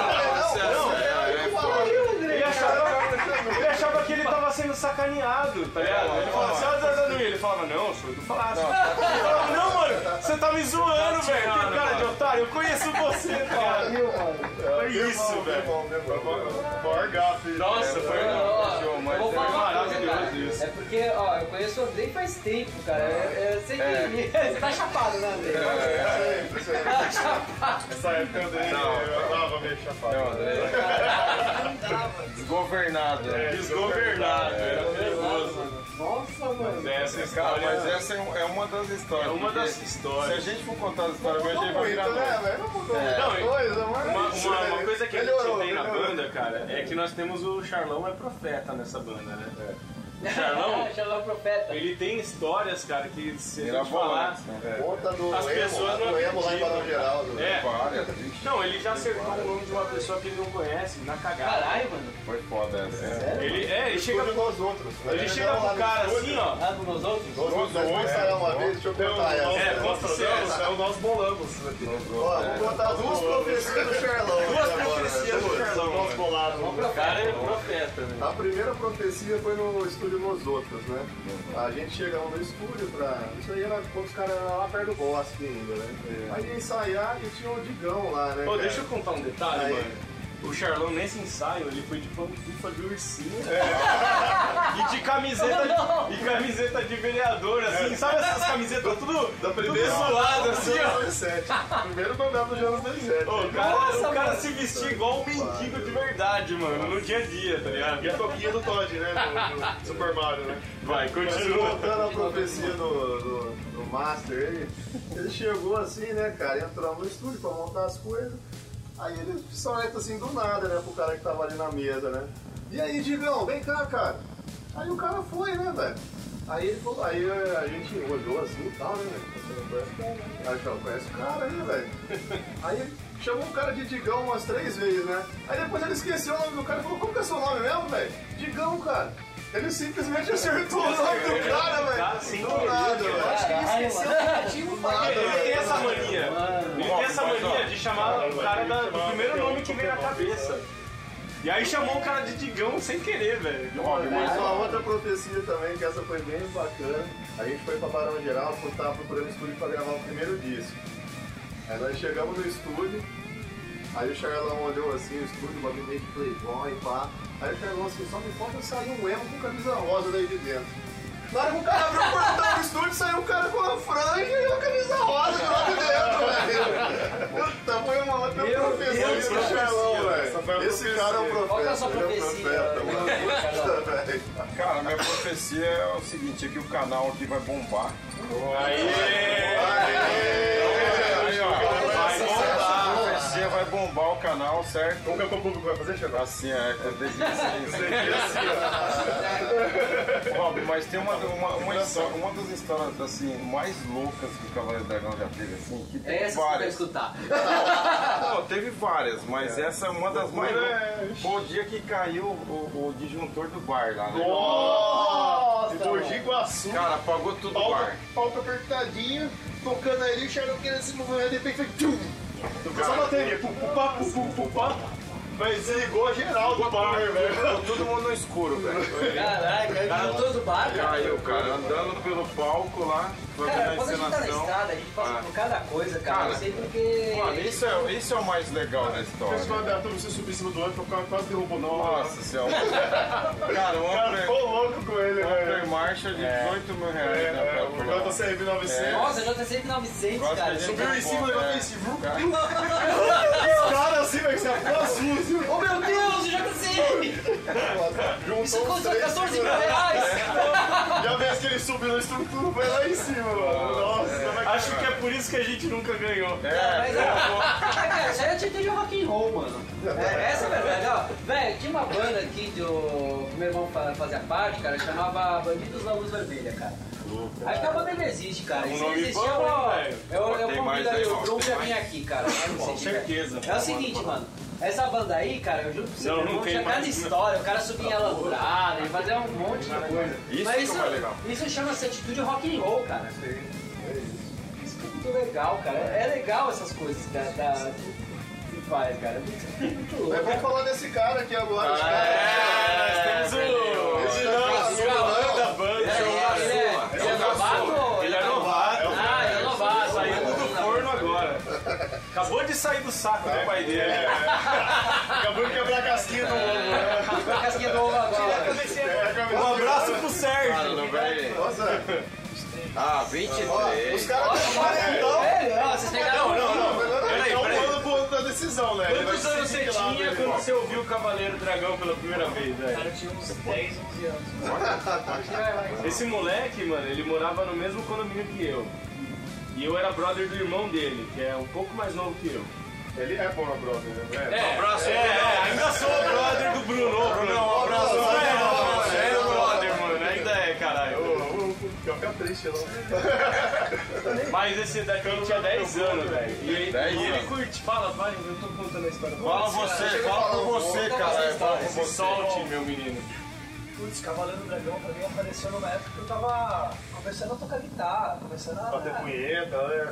Não, É, ele achava, ele achava que ele tava sendo sacaneado, tá ligado? Ele falava assim, ó, Eduardo Anui. Ele falava, não, eu sou do Falácio. Ele falava, não, mano, você tá me zoando, velho. Que cara de otário, eu conheço você, tá ligado? Foi isso, velho. O maior gafe. Nossa, foi. Ó, Show, mas eu vou é falar uma coisa, maravilhoso cara. isso. É porque, ó, eu conheço o Andrei faz tempo, cara. Eu, eu sei que É. você tá chapado, né, Andrei? Sempre, sempre. Tá chapado. Essa época eu dei, Não. eu tava meio chapado. Não, André. Caralho, não dava. Desgovernado. né? Desgovernado, era nervoso. Nossa, mano. Mas essa Cara, história mas essa é um- é uma das histórias. é uma porque das histórias. Se a gente for contar as histórias, a gente vai Muito, virar né, noite. velho? Não mudou É. muita coisa, mas... Uma, uma, uma coisa que a gente Melhorou, tem na melhorou. banda, cara, é que nós temos o Charlão é profeta nessa banda, né? O Charlão, Charlão Profeta. ele tem histórias, cara, que se a gente Mirabolantes, falar... né? Conta do As emo, pessoas não do emo lá em acreditam, Barão Geraldo. É. Várias, vixe. Não, ele já acertou o nome de uma pessoa que ele não conhece, na cagada. Caralho, mano. Foi foda essa. Ele, é, ele chega, Estúdio nós outros. ele chega pro cara assim, ó. Ah, com nós outros? Nós outros, nós vamos ensaiar uma vez, deixa eu contar essa. É, conta essa. É o nós bolamos. Ó, vou contar duas profecias do Charlão. Duas aqui agora. profecias do Duas, Charlão, Nós né? bolados. O cara é profeta, né? A primeira profecia foi no estúdio Nos Outros, né? A gente chegava no estúdio pra... Isso aí era quando os caras eram lá perto do bosque ainda, né? Aí ia ensaiar e tinha o Digão lá, né? Pô, cara? deixa eu contar um detalhe, Aí. mano. O Charlão, nesse ensaio, ele foi de pantufa de ursinho e de camiseta de, e camiseta de vereador, assim. Sabe essas camisetas tudo, Da tudo primeira zoado, assim, ó. dois mil e sete. Primeiro mandado do Janos dois mil e sete. Ô, o cara, Nossa, o cara mano. se vestia igual um mendigo de verdade, mano, no dia a dia, tá ligado? E a toquinha do Todd, né? Do, do Super Mario, né? Vai, Mas continua. voltando à profecia do, do, do Master, ele, ele chegou assim, né, cara? Entramos no estúdio pra montar as coisas. Aí ele só entra assim do nada, né, pro cara que tava ali na mesa, né? E aí, Digão, vem cá, cara. Aí o cara foi, né, velho? Aí ele falou, aí a gente olhou assim e tal, né, velho? Aí o cara conhece o cara, né, velho? Aí ele chamou o cara de Digão umas três vezes, né? Aí depois ele esqueceu o nome do cara e falou, como que é seu nome mesmo, velho? Digão, cara. Ele simplesmente acertou o nome do cara, Cara, sem velho. Do nada, querer, velho. Acho que ele esqueceu o motivo Do nada, Ele tem velho. essa mania, ele tem essa mania de chamar o cara da- do primeiro nome que vem na cabeça. E aí chamou o cara de Digão sem querer, velho. Mas uma outra profecia também, que essa foi bem bacana. A gente foi pra Barão Geraldo, quando tava procurando estúdio pra gravar o primeiro disco. Aí nós chegamos no estúdio, aí o Charlão olhou assim o estúdio, o bagulho meio de playboy e pá. Aí o Charlão assim, só me falta sair um emo com camisa rosa daí de dentro. Na hora que o cara abriu o portão do estúdio, saiu um cara com a franja e a camisa rosa de lá de dentro, velho. Puta, foi uma outra Meu profecia Deus, do profecia, Charlão, essa foi a velho. Esse profecia. cara é um profeta. Qual que é a sua ele é um profecia, profeta, meu mano. Deus, Charlão? Puta, velho. Cara, minha profecia é o seguinte, é que o canal aqui vai bombar. Aê! Aí, ó, Vai essa bombar. profecia vai bombar. bombar o canal, certo? Como que é o público vai fazer, Chegou? Assim, é, com o dedinho assim. Isso aqui assim, ó. Rob, mas tem uma, uma, uma, história, uma das histórias assim, mais loucas que o Cavaleiro do Dragão já teve, assim, que teve Essa você vai várias. escutar. Não, teve várias, mas essa é uma das mais loucas. Foi o dia que caiu o, o disjuntor do bar lá, né? Nossa! De Mogi Guaçu. Cara, apagou tudo o Palco, bar. palco apertadinho, tocando ali, o Xarope querendo se mover, de repente foi tchum! Tocou essa bateria, pupupá, pupupá, mas desligou geral do bar, velho. Ficou todo mundo no escuro, velho. Caraca, caiu todo bar, cara. Caiu, cara, andando pelo palco lá, fazendo Cara, a quando a gente tá na encenação. estrada, a gente passa Ah. por cada coisa, cara. Cara, Eu sei porque... Mano, isso é, isso é o mais legal da O história. pessoal da turma, você subir em cima do ônibus, o cara quase derrubou não. Nossa senhora. Cara, um O cara Ampre- ficou louco com ele, um velho. Ampre Marcha de dezoito mil reais. É, né, é, por o lá. J C R novecentos. Nossa, J C novecentos, Gosto cara. de gente Subiu em cima, o foda, negócio é. fez assim, vrum, Cara, os caras assim, velho, que você ficou azul, assim. Oh meu Deus, o J C R! Isso Juntou os custou três, quatorze mil segurou. reais! Já vez que ele subiu na estrutura, foi lá em cima, mano. Nossa, vai Acho que é por isso que a gente nunca ganhou. É, Mas, é, cara, isso aí é atitude de rock and roll, mano. É, essa é a verdade, ó. Velho, tinha uma banda aqui do que meu irmão fa- fazia parte, cara, chamava Bandidos da Luz Vermelha, cara. Acho que a banda ainda existe, cara. Um Se nome existia, bom, ó, hein, velho? eu, eu Tem mais convido aí aí, o ó, Brum tem pra mais. vir aqui, cara. Lá no Com City, certeza. velho. É o seguinte, mano. Essa banda aí, cara, eu juro pra você, Não, meu não irmão, tem tinha cada mais, né? história, o cara subia em alambrada, ele fazia um monte de coisa. Isso Mas que é isso, o mais legal. isso chama-se atitude rock and roll, cara. Isso é muito legal, cara. É legal essas coisas da, da, que faz, cara. É muito, muito Mas louco. vamos falar desse cara aqui agora. Esse É, cara. nós temos o... Esse Não, cara, o galã da banda. Ele é, ele é, ele é novato? Ele é novato. Ah, ele é novato. Saiu do forno agora. Acabou de sair do saco do pai dele. É, acabou de quebrar a casquinha do ovo, né? Com a casquinha do ovo agora. É, Um abraço pro Cara, Sérgio. não vai... Nossa, Ah, vinte e três. os caras têm quarentão. Sério? Ó, vocês pegaram Não, não, não. Ele Peraí, é um peraí. ano pro ano da decisão, né? Ele vai Quantos anos você seguir lá, tinha né? quando você ouviu o Cavaleiro Dragão pela primeira vez, velho? Eu tinha uns dez, onze anos. Esse moleque, mano, ele morava no mesmo condomínio que eu. E eu era brother do irmão dele, que é um pouco mais novo que eu. Ele é Bono Brother, né? É, é, é, ainda sou brother do Bruno. Ô, Bruno, um abraço. Não, É, não, não, não, é não, brother, mano, ainda é, caralho. Fica fica triste, não. Mas esse daqui tinha dez anos, velho. E ele, dez e ele anos. curte. Fala, vai, eu tô contando a história. Fala você, chega fala a por falar, você, conta cara. essa Fala por Se você. solte, meu menino. Putz, Cavaleiro do Dragão pra mim apareceu numa época que eu tava começando a tocar guitarra, começando a... Bater punheta, né?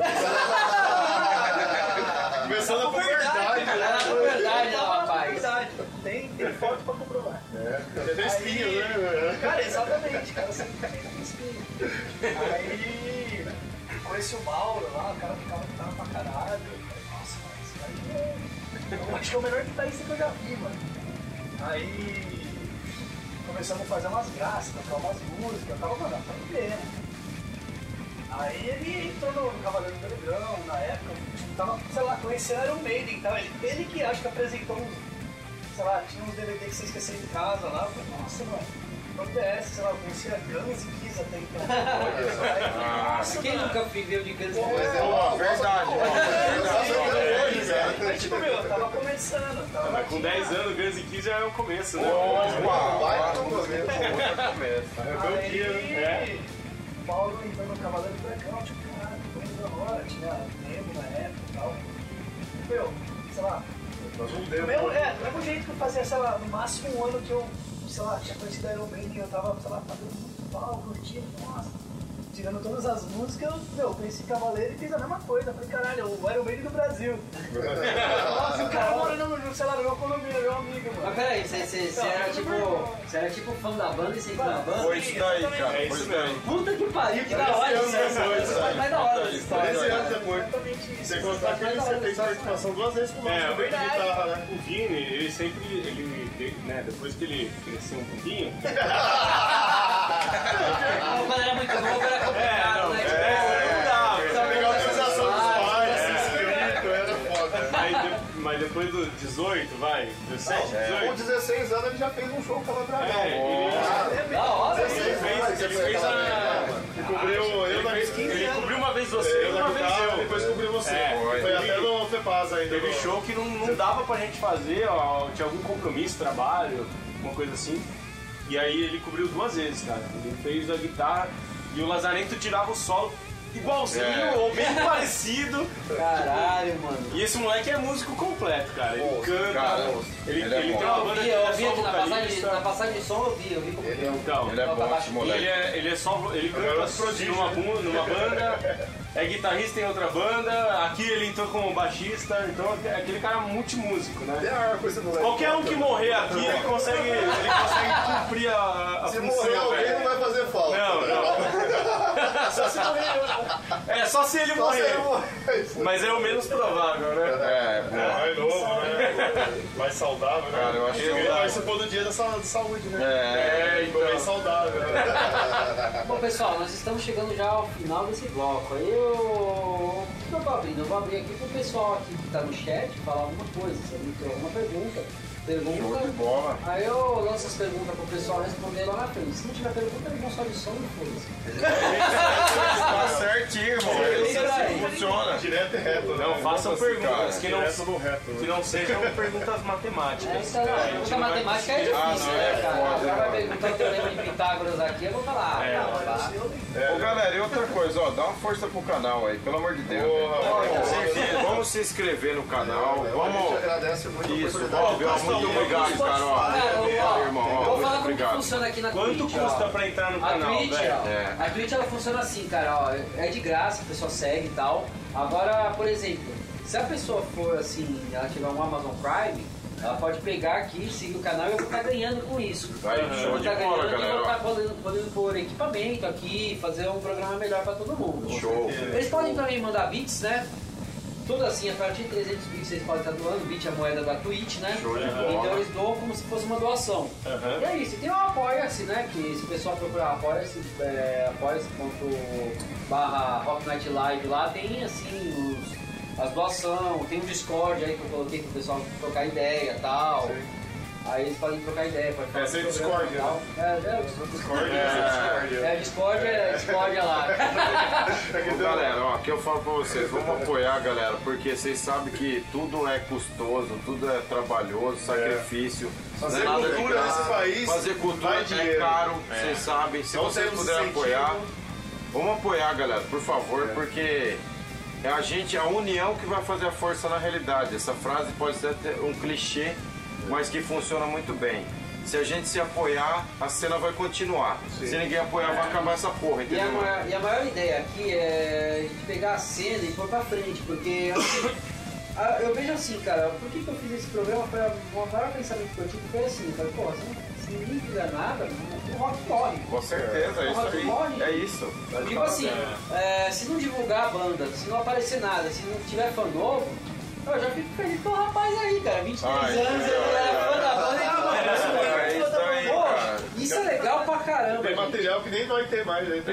Começando a puberdade, Era né? na verdade, Tava ó, na rapaz. verdade. Tem, tem foto pra comprovar. É, tem espinho, né? Cara, exatamente, cara, sempre tem espinho. Aí conheci o Mauro lá, o cara tocava guitarra pra caralho. Eu falei, nossa, mano, esse cara é... Eu acho que é o melhor guitarrista que eu já vi, mano. Aí começamos a fazer umas graças, tocar umas músicas, eu tava, mano, pra ver, né? Aí ele entrou no, no Cavaleiro do Dragão, na época, tipo, tava, sei lá, conhecendo Iron Maiden e tal. Ele, ele que acho que apresentou uns, sei lá, tinha uns D V D que você esqueceu em casa lá. Eu falei, nossa, mano, quando é essa, sei lá, eu conhecia Guns e Kiss até então. Aí, nossa, Quem mano. nunca viveu de Guns N' Mas Roses? é Ó, verdade, ó, verdade, ó. Hoje, velho. Mas tipo, meu, eu tava começando, tava Mas com dez anos, Guns N' Kiss já é o começo, né? Opa, Vai ó, no começo. outra começa. Aí, o Paulo entrou no Cavaleiro do Dragão, tipo, caralho, tô indo da hora, tinha Nemo na época e tal. Meu, sei lá, Nós não do demos. mesmo, é, do mesmo jeito que eu fazia, sei lá, no máximo um ano que eu, sei lá, tinha conhecido Iron Maiden, eu tava, sei lá, fazendo muito pau, curtindo, nossa, tirando todas as músicas, eu, meu, conheci Cavaleiro e fiz a mesma coisa. Falei, caralho, o Iron Maiden do Brasil. Nossa, o cara mora no, no, sei lá, no meu condomínio, meu amigo, mano. Mas peraí, você, você, você era tipo. Você era tipo fã da banda e você entrou na banda? Foi isso daí, cara. É Foi isso isso daí. mesmo. Puta que pariu, que da hora isso aí. Isso faz mais da hora essa história. treze anos depois. Exatamente isso. Você contar que ele- você tem participação duas vezes com o É, nosso é de guitarra, né? O Vini, ele sempre, ele, né, depois que ele cresceu um pouquinho, Quando era muito novo era complicado, né? é, é, não dá, Precisa pegar a autorização dos pais, se inscrito, era foda. Aí, de- mas mas depois do dezoito, vai, dezessete, Com dezoito. dezesseis anos ele já fez um show com a Dragão. É, ele, Da hora, ele fez, ele fez a... Ele cobriu eu na Ele, quinze ele anos. cobriu uma vez você, Eu na uma vez guitarra, eu. depois cobriu você. É, Foi, teve- até no Fepaz ainda. Teve no- show que não, não dava pra gente fazer, ó, tinha algum compromisso, trabalho, uma coisa assim. E aí ele cobriu duas vezes, cara. Ele fez a guitarra e o Lazarento tirava o solo igualzinho, É. ou bem parecido. Caralho, mano. E esse moleque é músico completo, cara. Ele canta, cara, ele, ele é ele bom. tem uma Eu banda ouvi, que eu ele é ouvi só aqui na passagem, vocalista. na passagem de som, eu ouvi, eu vi como ele Então, Ele é bom, esse moleque. Ele é, ele é só. Ele Agora canta prodígio, numa, né? bu- numa banda, é guitarrista em outra banda, aqui ele entrou como baixista, então é aquele cara multimúsico, Tem né? a arco esse moleque. Qualquer um que morrer aqui, ele consegue, ele consegue cumprir a, a Se função, morrer alguém, velho. não vai fazer falta. Não, não. Só se morrer eu. É só se ele Só se ele morrer. morrer. Mas é o menos provável, né? É, bom. Mais novo, né? Mais saudável, né? Cara, eu acho que Ele eu- participou do dia da sa- de saúde, né? É, É, Ficou bem saudável, né? Bom, pessoal, nós estamos chegando já ao final desse bloco. Aí eu... O que eu vou abrir? Eu vou abrir aqui pro pessoal aqui que tá no chat falar alguma coisa. Se alguém tem alguma pergunta, show de pergunta. bola. Aí eu lanço as perguntas pro pessoal responder lá na frente. Se não tiver pergunta, eles vão só de som e foda-se. Tá certinho, irmão. É Isso assim aí. que funciona. Direto e reto, né? Não, façam Assim, perguntas cara, que não, Direto no reto, né? que não sejam perguntas É, matemáticas. então, A a gente pergunta não vai matemática é conseguir. difícil, Ah, não, né, é cara? foda, O cara vai né? perguntar o teorema de Pitágoras aqui, eu vou falar. É, não, Mas tá. assim, eu nem Ô galera, e outra coisa, ó, dá uma força pro canal aí, pelo amor de Deus. Porra, né? porra, Com certeza. Vamos se inscrever no canal, A gente vamos. agradece muito a Isso, oportunidade. ó, Biel, muito obrigado, cara. Ó, Cara, ó, irmão, ó, vou muito falar como que obrigado. funciona aqui na Quanto Twitch, custa ó. pra entrar no A canal, Twitch, velho? ó, É. a Twitch ela funciona assim, cara, ó, é de graça, a pessoa segue e tal. Agora, por exemplo, se a pessoa for assim, ela tiver um Amazon Prime, ela pode pegar aqui, seguir o canal e eu vou estar ganhando com isso. Vai, Eu show vou de estar bola, ganhando e galera, vou ó. estar podendo, podendo pôr equipamento aqui, fazer um programa melhor pra todo mundo. Show. Eles podem também mandar bits, né? Tudo assim, a partir de trezentos bits vocês podem estar doando, bit é a moeda da Twitch, né? Show de bola. Então eles doam como se fosse uma doação. Aham. E é isso, e tem o Apoia-se, né? Que se o pessoal procurar Apoia-se, é, apoia-se ponto barra Rock Night Live lá, tem assim os, as doações, tem um Discord aí que eu coloquei pro pessoal trocar ideia e tal. Aí eles podem trocar ideia, pode falar Essa é do programa Discord, e tal. É, é, o Discord. É. É, Discord é Discord é lá. Ô, galera, ó, que eu falo pra vocês, vamos apoiar, galera, porque vocês sabem que tudo é custoso, tudo é trabalhoso, sacrifício. Fazer não é nada de cultura graça. nesse país Fazer cultura vai é dinheiro. caro, vocês sabem. Se Não vocês temos puderem incentivo. apoiar, vamos apoiar, galera, por favor, porque é a gente, a união que vai fazer a força na realidade. Essa frase pode ser até um clichê, mas que funciona muito bem. Se a gente se apoiar, a cena vai continuar. Se ninguém apoiar, vai acabar essa porra, E a, entendeu? maior, e a maior ideia aqui é a gente pegar a cena e pôr pra frente, porque assim, a- eu vejo assim, cara, por que, que eu fiz esse programa? Foi a- o maior pensamento que eu tive foi assim, eu falei, pô, se, se ninguém fizer nada, o rock morre. Com certeza, é isso aí. É isso. Tipo assim, é, se não divulgar a banda, se não aparecer nada, se não tiver fã novo, eu já fico feliz com o rapaz aí, cara, vinte e três Ai, anos, ele é fã da banda e ah, É isso aí, pô, cara. isso é legal pra caramba. Tem gente. material que nem vai ter mais, né?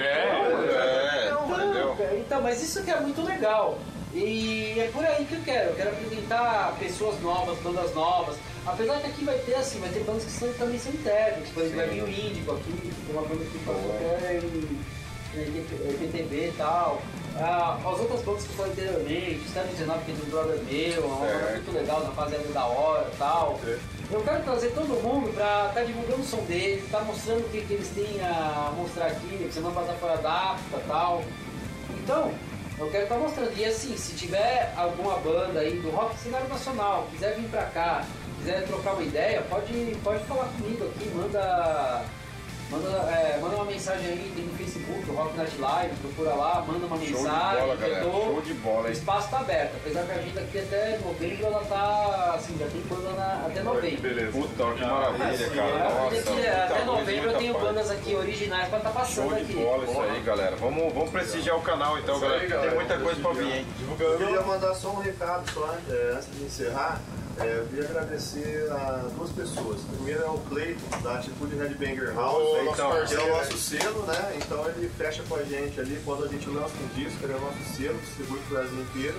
É, Então, entendeu? cara, então, mas isso que é muito legal. E é por aí que eu quero. Eu quero apresentar pessoas novas, bandas novas. Apesar que aqui vai ter assim, vai ter bandas que são, também são intérpretes. Por exemplo, vai vir o Índico aqui, tem uma banda que passou até em, em P T B e tal. Ah, as outras bandas que foram anteriormente, Estado dezenove, que é do brother meu, é uma banda Certo. muito legal, na fazenda da hora e tal. Eu quero trazer todo mundo pra estar divulgando o som deles, tá mostrando o que, que eles têm a mostrar aqui, semana passada foi a data e tal. Então, eu quero estar mostrando. E assim, se tiver alguma banda aí do rock cenário nacional, quiser vir pra cá, quiser trocar uma ideia, pode, pode falar comigo aqui, manda. Manda, é, manda uma mensagem aí, tem no Facebook, o Rock Night Live, procura lá, manda uma Show de mensagem, bola, que eu galera. tô- Show de bola, o hein? espaço tá aberto, apesar que a agenda aqui até novembro ela tá, assim, já tem banda na- até novembro. Beleza. Puta, que maravilha, cara. É, Nossa, aqui, muita até luz, novembro eu muita tenho paz. bandas aqui originais pra estar passando Show de aqui. bola isso aí, galera. Vamos, vamos prestigiar o canal então, Isso aí, galera, que tem galera. muita coisa pra vir, hein? Divulgando. Eu queria mandar só um recado só, é, antes de encerrar. É, eu queria agradecer a duas pessoas. Primeiro é o Cleiton, da Atitude Headbanger House, Ô, aí, nosso então, que é parceiro, o nosso selo, né? Então ele fecha com a gente ali quando a gente lança um disco, ele é o nosso selo, distribui pro Brasil inteiro.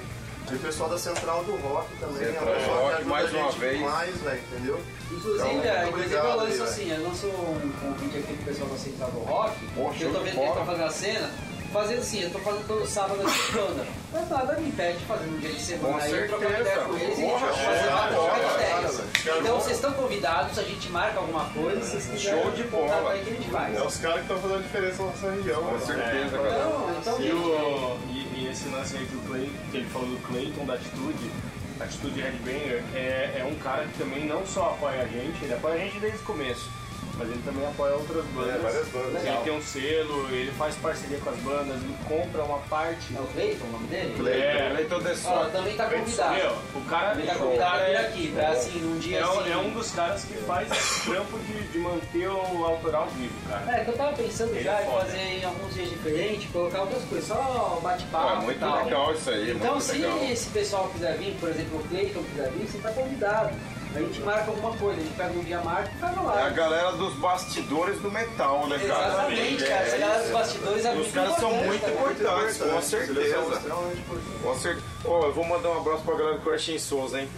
E o pessoal da Central do Rock também. Central é um pessoal Rock, que ajuda mais a gente uma vez. demais, velho, entendeu? Inclusive, Então, é, muito inclusive eu obrigado lanço aí, assim, eu lanço um convite aqui pro pessoal da Central do Rock, Poxa, que eu tô show de vendo que eles bola. estão fazendo a cena, fazendo assim, eu tô fazendo todo sábado essa banda. Mas nada me impede de fazer um dia de semana Com aí, eu trocar uma certeza. ideia com eles e a gente Porra, vai fazer show uma de troca de bola, ideias. cara, Então vocês estão convidados, a gente marca alguma coisa, se vocês quiserem, Show de contato bola. aí que a gente faz. É os caras que estão fazendo a diferença na nossa região. Com né? certeza, É. cara. Então, então E, gente, o, e, e esse lance aí que, o Clay, que ele falou do Clayton, da Atitude, Atitude Headbanger, é, é um cara que também não só apoia a gente, ele apoia a gente desde o começo, mas ele também apoia outras bandas. É, várias bandas. Ele tem um selo, ele faz parceria com as bandas, ele compra uma parte. é o Cleiton o nome dele? É. Cleiton de Ó, Só. também tá convidado. Meu, o cara, Ele tá o convidado cara pra vir é, aqui, pra assim, um dia é, um, assim... é um dos caras que faz esse trampo de, de manter o autoral vivo, cara. É, que eu tava pensando Ele já é em foda. fazer em alguns dias diferentes, colocar outras coisas, só bate-papo Pô, é e muito tal. legal isso aí, Então, muito se legal. esse pessoal quiser vir, por exemplo, o Cleiton quiser vir, você tá convidado. A gente marca alguma coisa, a gente pega um dia, marca e faz É a lá. galera dos bastidores do metal, né, cara? Exatamente, cara. Essa galera dos bastidores é Os muito caras são importante, muito cara. importantes, com Eles são certeza. extremamente importantes. Com certeza. Ó, eu vou mandar um abraço pra galera do Crushing Souls, hein?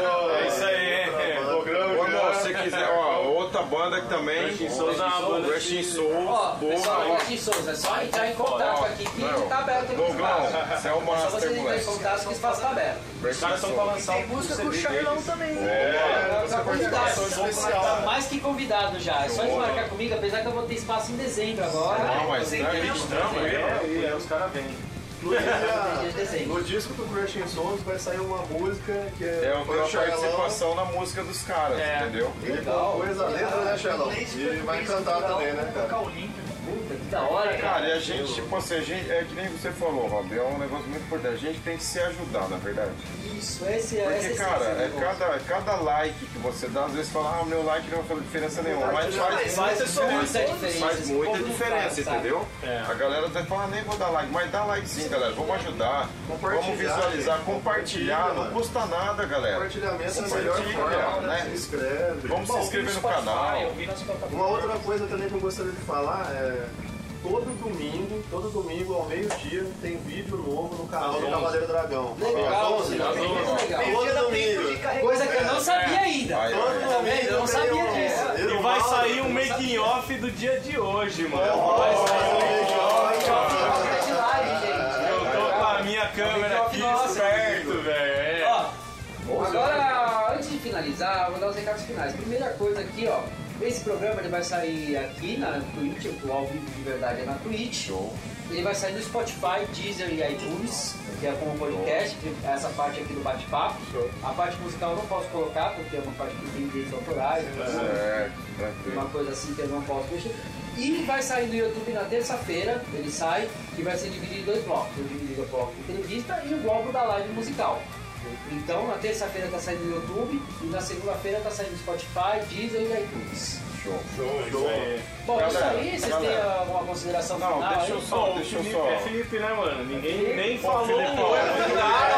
É isso aí, é. Programa Ô, que não, é- se você quiser, ó, outra banda que também. Crushing Souls é uma banda Crushing que- Souls, Ó, pessoal, porra. Martin Souza, é só entrar em contato Ó, aqui que não, tá aberto aqui o Dougão, espaço. você é o É só master, vocês entrarem em moleque. contato que o espaço tá aberto. Os caras estão pra lançar Tem um música C com o D Charlão deles. também. É, Tá convidado, especial. tá mais que convidado já. É só de marcar comigo, apesar que eu vou ter espaço em dezembro agora. Não, mas Dezembro, tá, eles estão, dezembro. É, e aí os caras vêm. Inclusive, a- Dia de dezembro. no disco do Crushing Souls vai sair uma música que é, É uma foi o Charlão. participação na música dos caras, É. entendeu? Ele compôs a letra, né, Charlão? E vai cantar também, né, Vou colocar cara? o link. Puta, que da hora, cara. Cara, e a gente, tipo assim, a gente, é que nem você falou, Rob, é um negócio muito importante. A gente tem que se ajudar, na verdade. Isso, esse é Porque, esse cara, é esse cada, cada like que você dá, às vezes fala, ah, meu like não vai fazer diferença nenhuma. Mas faz, Faz muita muita diferença. diferença. Faz esse muita povo não diferença, faz, sabe? entendeu? É. A galera vai falar, nem vou dar like, mas dá like sim, galera. Vamos ajudar. Vamos Compartilhar, visualizar, gente. compartilhar. Não Compartilha, custa nada, galera. Compartilhamento é a melhor Compartilha, forma, né? Se inscreve. Vamos se inscrever no Spotify, canal. eu vi nas plataformas. Uma outra coisa também que eu gostaria de falar é todo domingo, todo domingo ao meio-dia tem vídeo novo no canal do Cavaleiro Dragão. Legal, Às onze, legal, às onze. legal. Todo Dia da domingo. tempo de carregar. Coisa que eu não sabia ainda. Aí, Todo ó. Tá vendo? domingo Eu não sabia tem um- disso. eu E não vai falo, sair eu um não making off do dia de hoje, mano. Vai Vai sair sair um making off. Fica de live, gente. Eu tô com a minha câmera aqui Nossa, perto, velho. É. Ó, agora, antes de finalizar, eu vou dar os recados finais. Primeira coisa aqui, ó. Esse programa ele vai sair aqui na Twitch, o ao vivo de verdade é na Twitch. Ele vai sair no Spotify, Deezer e iTunes, que é como podcast, que é essa parte aqui do bate-papo. A parte musical eu não posso colocar, porque é uma parte que tem direitos autorais, É, tranquilo. uma coisa assim que eu não posso mexer. E vai sair no YouTube na terça-feira, ele sai, que vai ser dividido em dois blocos. Eu divido o bloco de entrevista e o bloco da live musical. Então, na terça-feira tá saindo no YouTube e na segunda-feira tá saindo no Spotify, Deezer e iTunes. Show. Isso aí. Bom, é isso Galera, aí, vocês galera. têm alguma consideração Não, final deixa eu aí? só, Pô, o deixa eu Felipe só. é Felipe, né, mano? Ninguém Felipe. nem Pô, falou Felipe, o nome do cara,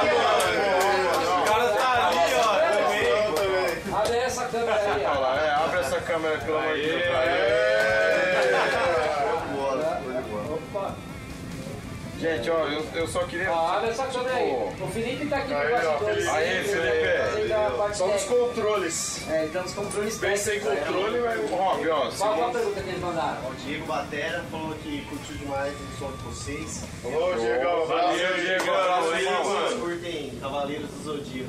mano. O cara tá ali, ó, também. Abre essa câmera aí, Olha ó. lá, é, abre essa câmera, pelo amor de Deus. Show de bola, show de bola. Opa. Gente, ó, eu, eu só queria. Ó, abre essa tipo, câmera aí. O Felipe tá aqui Aí, no ó, bastidores. Felipe. Aí, sempre, Felipe. né, fazendo a parte Só nos técnica. controles. É, então os controles Bem sem técnicos, controle, né? mas. Rob, ó, Qual, qual a segundo. pergunta que eles mandaram? O Diego Batera falou que curtiu demais o som de vocês. Ô, Diego, abraço. Valeu, Diego, abraço aí, Vocês mano. curtem Cavaleiros do Zodíaco.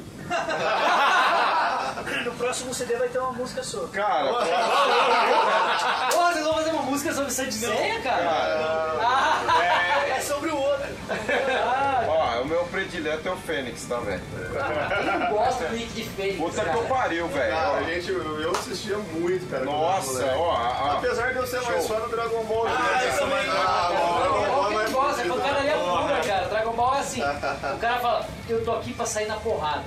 No próximo C D vai ter uma música sua. Cara, Pô, vocês vão fazer uma música sobre Saint Seiya, cara? cara, É sobre o outro. Ah, ó, o meu predileto é o Fênix, tá, velho? quem não gosta do Nick de Fênix, Puta que cara? eu pariu, velho. Cara, gente, eu, eu assistia muito, cara. quando eu era Nossa, moleque. ó, a- a- Apesar de eu ser mais Show. fã do Dragon Ball, né? Ah, eu também. Ah, Dragon Dragon Ball Ball quem é gosta, muito pancadaria pura, cara. Dragon Ball é assim. O cara fala, eu tô aqui pra sair na porrada.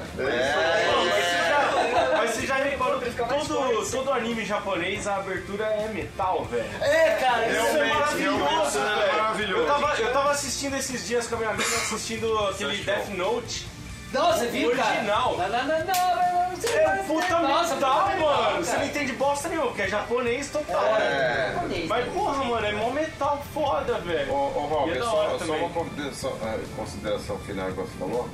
É, Mas você já reparou que todo, todo anime japonês, a abertura é metal, velho. É, cara, isso é realmente, maravilhoso. realmente, é velho. maravilhoso. Eu tava, eu tava assistindo esses dias com a minha amiga, assistindo aquele show. Death Note. Não, você viu, cara? Original. Não, não, não, não, não, você É vai- um puta Nossa, metal, puta mano. Você não cara. entende bosta nenhuma, porque é japonês total. É. Japonês, Mas né? porra, mano, é mó metal foda, velho. Ô, ô Rob, E é é da só, hora só também. uma consideração, é, consideração final que você falou. Que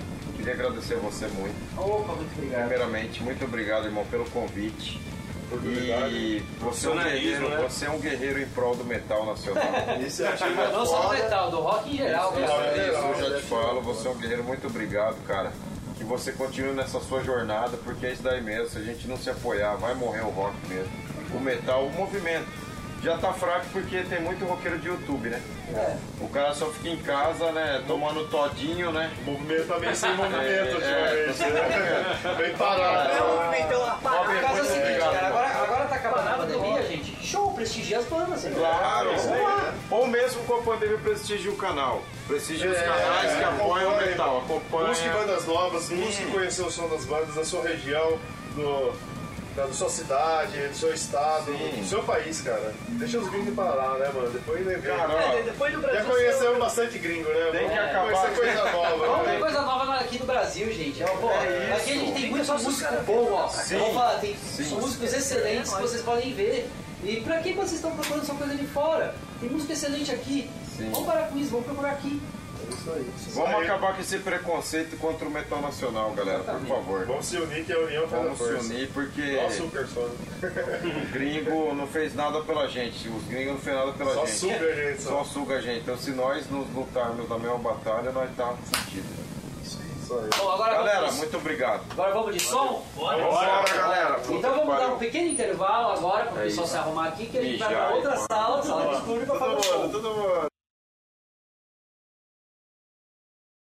queria agradecer a você muito. Opa, muito obrigado. Primeiramente, muito obrigado, irmão, pelo convite. E você é, um guerreiro, né? você é um guerreiro em prol do metal nacional. Isso eu achei muito Não só do foda. metal, do rock em geral. Isso, cara. isso, isso eu já te falo, você é um guerreiro, muito obrigado, cara. Que você continue nessa sua jornada, porque é isso daí mesmo, se a gente não se apoiar, vai morrer o rock mesmo. O metal, o movimento. Já tá fraco porque tem muito roqueiro de YouTube, né? É. O cara só fica em casa, né, tomando todinho, né? O movimento tá meio sem movimento É, ultimamente, né? Bem parado. É o movimentão lá, pá. A casa é o Muito seguinte, obrigado, cara, agora, irmão. agora tá acabando a pandemia, gente. Show, prestigia as bandas. Hein? Claro, Vamos lá. ou mesmo com a pandemia prestigie o canal. Prestigie os É, canais que é, apoiam o acompanhe. metal, acompanha. Busque bandas novas, busque conhecer o som das bandas da sua região, do, da, da sua cidade, do seu estado, Sim. do seu país, cara. Deixa os gringos para lá, né, mano? Depois, né, Cara, É, ó, depois do já Brasil. conhecemos bastante gringo, né? Tem que Vamos acabar. conhecer coisa nova, Vamos ver né? coisa nova aqui no Brasil, gente. Ó, pô, É aqui a gente isso. tem muito Fica só músico os caras bom, ó. Sim. Eu vou falar, tem Sim. músicos excelentes que vocês podem ver. E pra que vocês estão procurando só coisa de fora? Tem música excelente aqui. Sim. Vamos parar com isso, vamos procurar aqui. É isso aí. Vamos Aí, acabar com esse preconceito contra o metal nacional, galera, por favor. Vamos se unir, que a união faz a Vamos se força. unir porque Só açúcar só, né? o gringo não fez nada pela gente, os gringos não fez nada pela Só gente. suga a gente, Só só. suga a gente. Então se nós nos lutarmos na mesma batalha, nós estamos sentidos. Isso aí. Bom, agora Galera, vamos, muito obrigado. agora vamos de som? Bora. Bora, galera. Puta Então que vamos dar pariu. um pequeno intervalo agora para o É pessoal isso. se arrumar aqui, que a gente vai Mijar para outra e- sala, sala de estúdio, para fazer o Todo som. mundo, todo mundo.